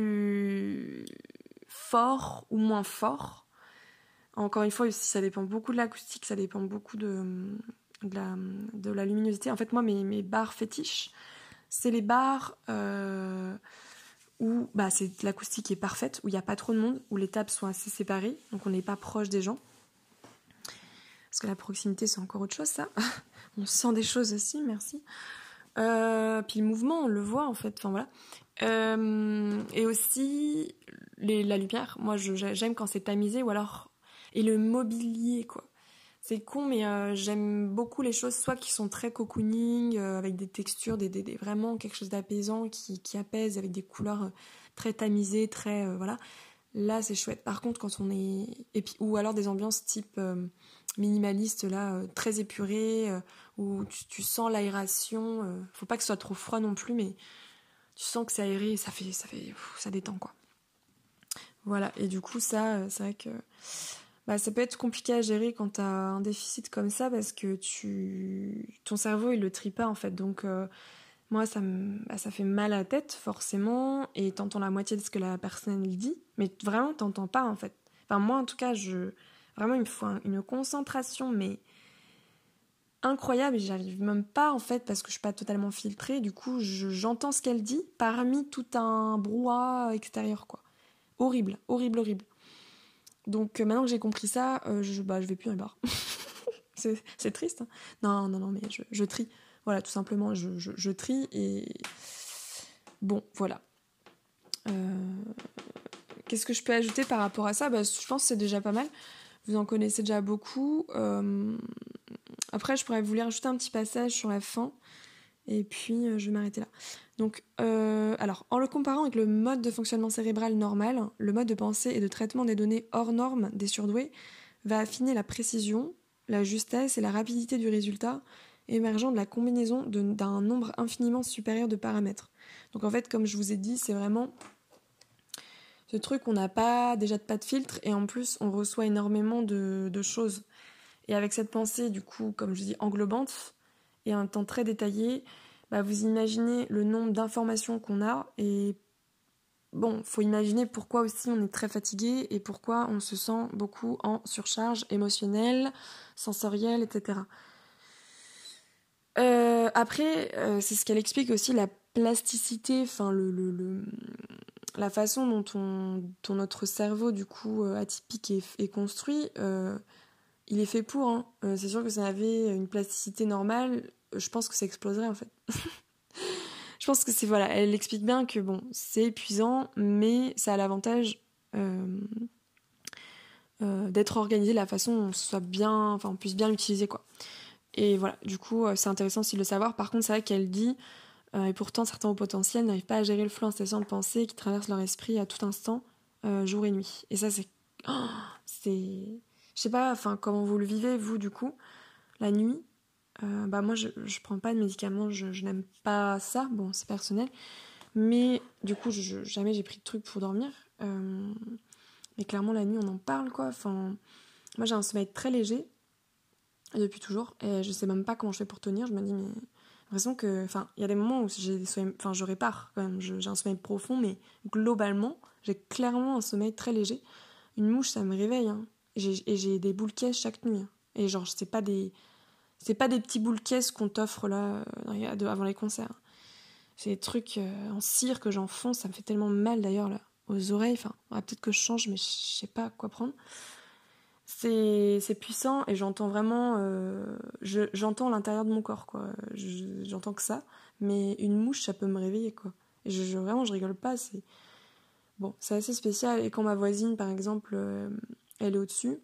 plus fort ou moins fort. Encore une fois, ça dépend beaucoup de l'acoustique, ça dépend beaucoup de, de, la, de la luminosité. En fait, moi, mes, mes bars fétiches, c'est les bars euh, où bah, c'est l'acoustique qui est parfaite, où il n'y a pas trop de monde, où les tables sont assez séparées, donc on n'est pas proche des gens. Parce que la proximité, c'est encore autre chose, ça. On sent des choses aussi, merci. Euh, puis le mouvement, on le voit, en fait. Enfin, voilà. Euh, et aussi, les, la lumière. Moi, je, j'aime quand c'est tamisé, ou alors... Et le mobilier, quoi. C'est con, mais euh, j'aime beaucoup les choses, soit qui sont très cocooning, euh, avec des textures, des, des, des, vraiment quelque chose d'apaisant, qui, qui apaise, avec des couleurs euh, très tamisées, très... Euh, voilà. Là, c'est chouette. Par contre, quand on est... Et puis, ou alors des ambiances type euh, minimaliste, là, euh, très épurées, euh, où tu, tu sens l'aération. Euh, faut pas que ce soit trop froid non plus, mais tu sens que c'est aéré et ça fait... Ça, fait, pff, ça détend, quoi. Voilà. Et du coup, ça, euh, c'est vrai que... Bah, ça peut être compliqué à gérer quand t'as un déficit comme ça, parce que tu... ton cerveau, il le trie pas, en fait. Donc... Euh, moi, ça, me, bah, ça fait mal à la tête, forcément, et t'entends la moitié de ce que la personne dit, mais vraiment, t'entends pas, en fait. Enfin, moi, en tout cas, je... vraiment, il me faut un- une concentration, mais incroyable, et j'arrive même pas, en fait, parce que je suis pas totalement filtrée, du coup, je- j'entends ce qu'elle dit parmi tout un brouhaha extérieur, quoi. Horrible, horrible, horrible. Donc, euh, maintenant que j'ai compris ça, euh, je, bah, je vais plus dans les bars. c'est, c'est triste, hein. Non, non, non, mais je, je trie. Voilà, tout simplement, je, je, je trie et... Bon, voilà. Euh, Qu'est-ce que je peux ajouter par rapport à ça ? Bah, je pense que c'est déjà pas mal. Vous en connaissez déjà beaucoup. Euh, Après, je pourrais vous lire juste un petit passage sur la fin. Et puis, euh, je vais m'arrêter là. Donc, euh, alors, en le comparant avec le mode de fonctionnement cérébral normal, le mode de pensée et de traitement des données hors normes des surdoués va affiner la précision, la justesse et la rapidité du résultat émergeant de la combinaison de, d'un nombre infiniment supérieur de paramètres. Donc, en fait, comme je vous ai dit, c'est vraiment ce truc, on n'a pas déjà de pas de filtre et en plus, on reçoit énormément de, de choses. Et avec cette pensée, du coup, comme je dis, englobante et un temps très détaillé, bah, vous imaginez le nombre d'informations qu'on a et bon, faut imaginer pourquoi aussi on est très fatigué et pourquoi on se sent beaucoup en surcharge émotionnelle, sensorielle, et cetera. Euh, après, euh, c'est ce qu'elle explique aussi, la plasticité, enfin le, le, le, la façon dont, on, dont notre cerveau, du coup, euh, atypique est, est construit, euh, il est fait pour. Hein. Euh, c'est sûr que ça avait une plasticité normale, je pense que ça exploserait en fait. Je pense que c'est, voilà, elle explique bien que bon, c'est épuisant, mais ça a l'avantage euh, euh, d'être organisé de la façon dont on soit bien, enfin, on puisse bien l'utiliser, quoi. Et voilà, du coup, euh, c'est intéressant aussi de le savoir. Par contre, c'est vrai qu'elle dit, euh, et pourtant certains hauts potentiels n'arrivent pas à gérer le flot incessant de pensées qui traverse leur esprit à tout instant, euh, jour et nuit. Et ça, c'est... Oh, c'est... Je sais pas, enfin, comment vous le vivez, vous, du coup, la nuit. Euh, bah moi, je, je prends pas de médicaments, je, je n'aime pas ça. Bon, c'est personnel. Mais du coup, je, jamais j'ai pris de trucs pour dormir. Euh, mais clairement, la nuit, on en parle, quoi. Enfin, moi, j'ai un sommeil très léger, depuis toujours. Et je sais même pas comment je fais pour tenir. Je me dis, mais... J'ai l'impression que... Enfin, il y a des moments où j'ai des sommeils... Enfin, je répare, quand même. Je, j'ai un sommeil profond, mais globalement, j'ai clairement un sommeil très léger. Une mouche, ça me réveille, hein. Et j'ai, et j'ai des boules caisses chaque nuit. Hein. Et genre, c'est pas des... C'est pas des petits boules caisses qu'on t'offre, là, euh, avant les concerts. C'est des trucs euh, en cire que j'enfonce, ça me fait tellement mal d'ailleurs là, aux oreilles. Enfin, ouais, peut-être que je change, mais je sais pas quoi prendre. C'est, c'est puissant et j'entends vraiment, euh, je, j'entends l'intérieur de mon corps, quoi. Je, j'entends que ça, mais une mouche, ça peut me réveiller, quoi. Et je, je, vraiment, je rigole pas. C'est bon, c'est assez spécial. Et quand ma voisine, par exemple, euh, elle est au-dessus,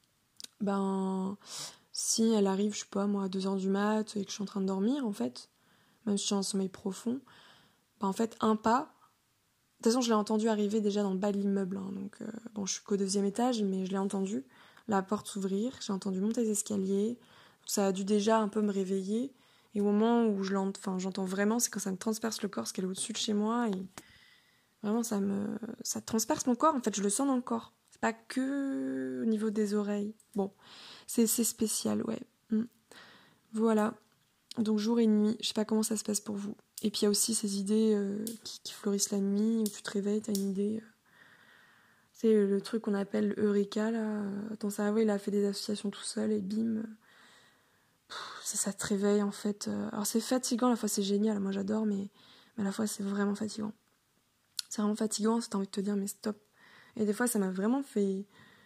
ben, si elle arrive, je sais pas moi, à deux heures du mat et que je suis en train de dormir, en fait, même si je suis en sommeil profond. Bah, en fait, un pas. De toute façon, je l'ai entendu arriver déjà dans le bas de l'immeuble. Hein, donc, euh, bon, je suis qu'au deuxième étage, mais je l'ai entendu. La porte s'ouvrir, j'ai entendu monter les escaliers. Ça a dû déjà un peu me réveiller. Et au moment où je l'ent... enfin, j'entends vraiment, c'est quand ça me transperce le corps, parce qu'elle est au-dessus de chez moi. Et vraiment, ça me, ça transperce mon corps. En fait, je le sens dans le corps. C'est pas que au niveau des oreilles. Bon, c'est, c'est spécial, ouais. Mm. Voilà. Donc jour et nuit, je sais pas comment ça se passe pour vous. Et puis il y a aussi ces idées euh, qui, qui fleurissent la nuit, où tu te réveilles, t'as une idée. Euh, c'est le truc qu'on appelle Eureka, là. Ton cerveau, il a fait des associations tout seul et bim. Pff, ça, ça te réveille en fait. Alors c'est fatigant, à la fois c'est génial, moi j'adore, mais, mais à la fois c'est vraiment fatigant. C'est vraiment fatigant, t'as envie de te dire mais stop. Et des fois ça m'a vraiment fait...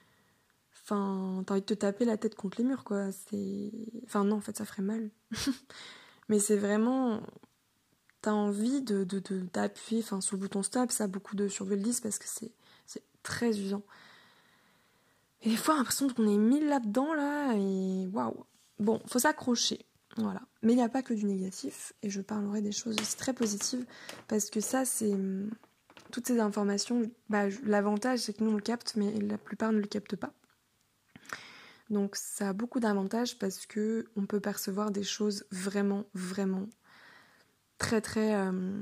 Enfin, t'as envie de te taper la tête contre les murs, quoi. C'est... Enfin non, en fait ça ferait mal. Mais c'est vraiment... T'as envie de, de, de, d'appuyer enfin, sur le bouton stop, ça beaucoup de surveiller le disent parce que c'est, c'est très usant. Et des fois, on a l'impression qu'on est mis là-dedans, là, et waouh. Bon, faut s'accrocher, voilà. Mais il n'y a pas que du négatif, et je parlerai des choses aussi très positives, parce que ça, c'est... Toutes ces informations, bah, l'avantage, c'est que nous, on le capte, mais la plupart ne le captent pas. Donc, ça a beaucoup d'avantages, parce que on peut percevoir des choses vraiment, vraiment très, très... Euh...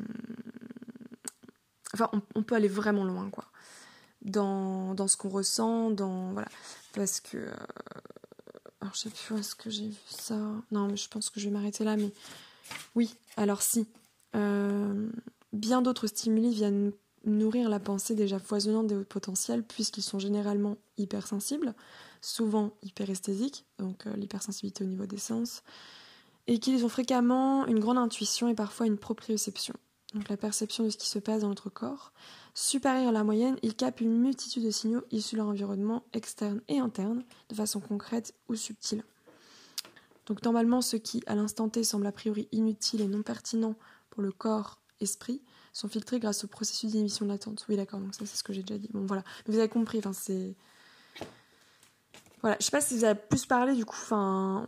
Enfin, on, on peut aller vraiment loin, quoi. Dans, dans ce qu'on ressent, dans... Voilà. Parce que... Euh... Alors, je sais plus où est-ce que j'ai vu ça. Non, mais je pense que je vais m'arrêter là, mais... Oui, alors si. Euh... Bien d'autres stimuli viennent nourrir la pensée déjà foisonnante des hauts potentiels, puisqu'ils sont généralement hypersensibles, souvent hyperesthésiques, donc euh, l'hypersensibilité au niveau des sens, et qu'ils ont fréquemment une grande intuition et parfois une proprioception. Donc la perception de ce qui se passe dans notre corps. Supérieur à la moyenne, ils captent une multitude de signaux issus de leur environnement externe et interne, de façon concrète ou subtile. Donc normalement, ce qui, à l'instant T, semble a priori inutile et non pertinent pour le corps-esprit, sont filtrés grâce au processus d'inhibition de l'attente. Oui, d'accord, donc ça c'est ce que j'ai déjà dit. Bon, voilà. Mais vous avez compris, enfin c'est... Voilà, je sais pas si vous avez plus parlé, du coup, enfin...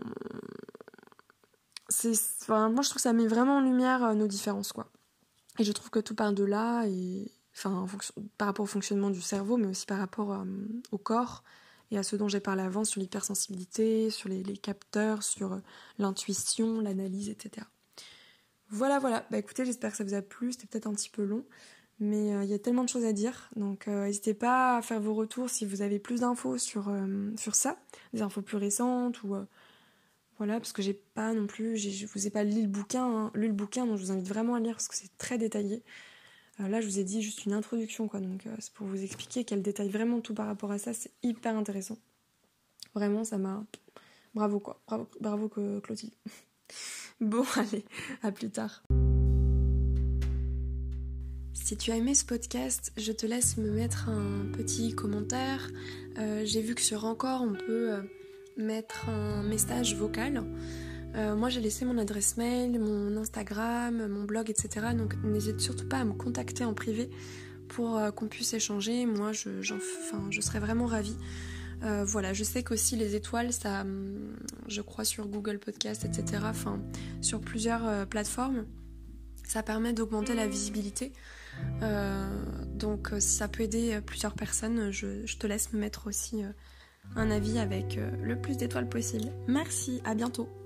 C'est... Enfin, moi je trouve que ça met vraiment en lumière euh, nos différences, quoi. Et je trouve que tout part de là, et enfin, en fonction, par rapport au fonctionnement du cerveau, mais aussi par rapport euh, au corps, et à ce dont j'ai parlé avant, sur l'hypersensibilité, sur les, les capteurs, sur euh, l'intuition, l'analyse, et cetera. Voilà, voilà. Bah écoutez, j'espère que ça vous a plu, c'était peut-être un petit peu long, mais il euh, y a tellement de choses à dire, donc euh, n'hésitez pas à faire vos retours si vous avez plus d'infos sur, euh, sur ça, des infos plus récentes, ou... Euh, Voilà, parce que j'ai pas non plus, j'ai, je vous ai pas lu le bouquin, hein, lu le bouquin, donc je vous invite vraiment à le lire parce que c'est très détaillé. Euh, là, je vous ai dit juste une introduction, quoi, donc euh, c'est pour vous expliquer qu'elle détaille vraiment tout par rapport à ça, c'est hyper intéressant. Vraiment, ça m'a... Bravo, quoi, bravo, bravo Clotilde. Bon, allez, à plus tard. Si tu as aimé ce podcast, je te laisse me mettre un petit commentaire. Euh, j'ai vu que sur Encore, on peut... Euh, mettre un message vocal. Euh, moi j'ai laissé mon adresse mail, mon Instagram, mon blog, et cetera. Donc n'hésite surtout pas à me contacter en privé pour euh, qu'on puisse échanger. Moi je, j'en, enfin, je serais vraiment ravie. Euh, voilà, je sais qu'aussi les étoiles, ça, je crois sur Google Podcast, et cetera. Enfin, sur plusieurs euh, plateformes, ça permet d'augmenter la visibilité. Euh, donc si ça peut aider plusieurs personnes, je, je te laisse me mettre aussi... Euh, un avis avec le plus d'étoiles possible. Merci, à bientôt.